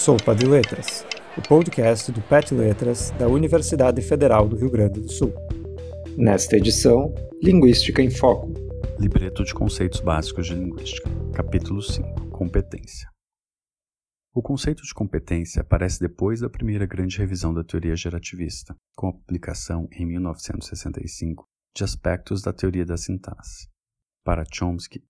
Sopa de Letras, o podcast do PET Letras da Universidade Federal do Rio Grande do Sul. Nesta edição, Linguística em Foco. Libreto de Conceitos Básicos de Linguística, capítulo 5, Competência. O conceito de competência aparece depois da primeira grande revisão da teoria gerativista, com a publicação, em 1965, de aspectos da teoria da sintaxe. Para Chomsky,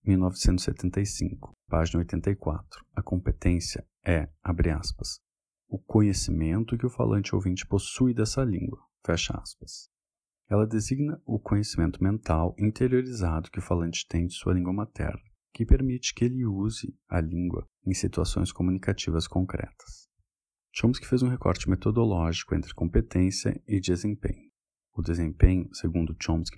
1975, página 84, a competência é, abre aspas, o conhecimento que o falante ouvinte possui dessa língua, fecha aspas. Ela designa o conhecimento mental interiorizado que o falante tem de sua língua materna, que permite que ele use a língua em situações comunicativas concretas. Chomsky fez um recorte metodológico entre competência e desempenho. O desempenho, segundo Chomsky,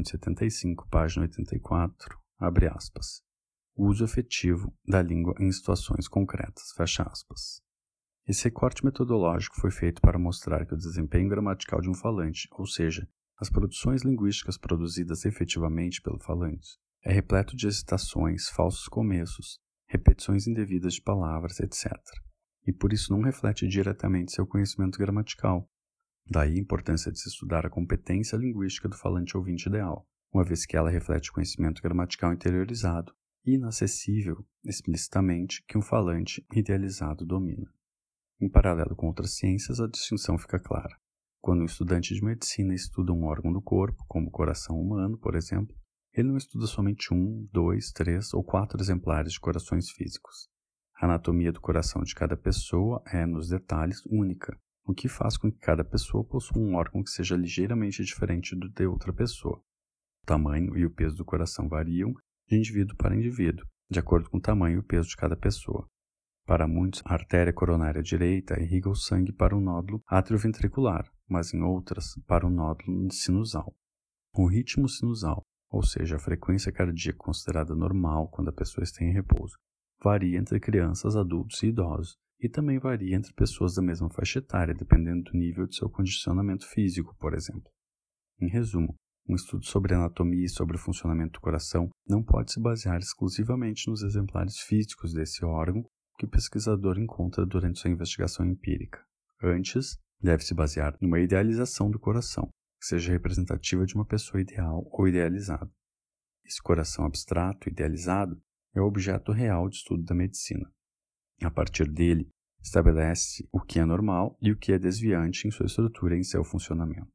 1975, página 84, abre aspas, o uso efetivo da língua em situações concretas, fecha aspas. Esse recorte metodológico foi feito para mostrar que o desempenho gramatical de um falante, ou seja, as produções linguísticas produzidas efetivamente pelo falante, é repleto de hesitações, falsos começos, repetições indevidas de palavras, etc. E por isso não reflete diretamente seu conhecimento gramatical. Daí a importância de se estudar a competência linguística do falante ouvinte ideal, uma vez que ela reflete o conhecimento gramatical interiorizado e inacessível, explicitamente, que um falante idealizado domina. Em paralelo com outras ciências, a distinção fica clara. Quando um estudante de medicina estuda um órgão do corpo, como o coração humano, por exemplo, ele não estuda somente 1, 2, 3 ou 4 exemplares de corações físicos. A anatomia do coração de cada pessoa é, nos detalhes, única, o que faz com que cada pessoa possua um órgão que seja ligeiramente diferente do de outra pessoa. O tamanho e o peso do coração variam de indivíduo para indivíduo, de acordo com o tamanho e o peso de cada pessoa. Para muitos, a artéria coronária direita irriga o sangue para o nódulo atrioventricular, mas em outras, para o nódulo sinusal. O ritmo sinusal, ou seja, a frequência cardíaca considerada normal quando a pessoa está em repouso, varia entre crianças, adultos e idosos, e também varia entre pessoas da mesma faixa etária, dependendo do nível de seu condicionamento físico, por exemplo. Em resumo, um estudo sobre anatomia e sobre o funcionamento do coração não pode se basear exclusivamente nos exemplares físicos desse órgão que o pesquisador encontra durante sua investigação empírica. Antes, deve se basear numa idealização do coração, que seja representativa de uma pessoa ideal ou idealizada. Esse coração abstrato, idealizado, é o objeto real de estudo da medicina. A partir dele, estabelece o que é normal e o que é desviante em sua estrutura e em seu funcionamento.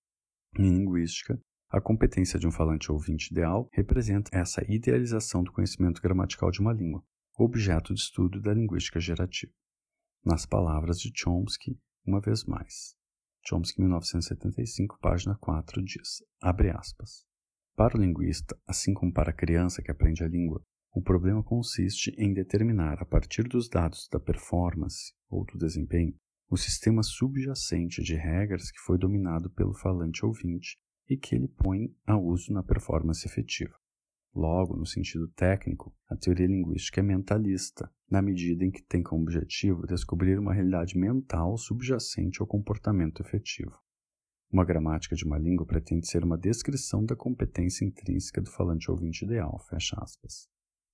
Em linguística, a competência de um falante ouvinte ideal representa essa idealização do conhecimento gramatical de uma língua, objeto de estudo da linguística gerativa. Nas palavras de Chomsky, uma vez mais. Chomsky, 1975, página 4, diz, abre aspas, para o linguista, assim como para a criança que aprende a língua, o problema consiste em determinar, a partir dos dados da performance ou do desempenho, o sistema subjacente de regras que foi dominado pelo falante ouvinte e que ele põe a uso na performance efetiva. Logo, no sentido técnico, a teoria linguística é mentalista, na medida em que tem como objetivo descobrir uma realidade mental subjacente ao comportamento efetivo. Uma gramática de uma língua pretende ser uma descrição da competência intrínseca do falante ouvinte ideal, fecha aspas.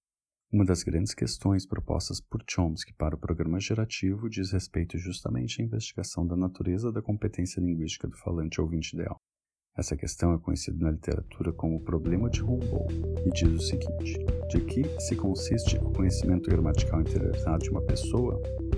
Uma das grandes questões propostas por Chomsky para o programa gerativo diz respeito justamente à investigação da natureza da competência linguística do falante ouvinte ideal. Essa questão é conhecida na literatura como o problema de Humboldt e diz o seguinte: de que se consiste o conhecimento gramatical interiorizado de uma pessoa?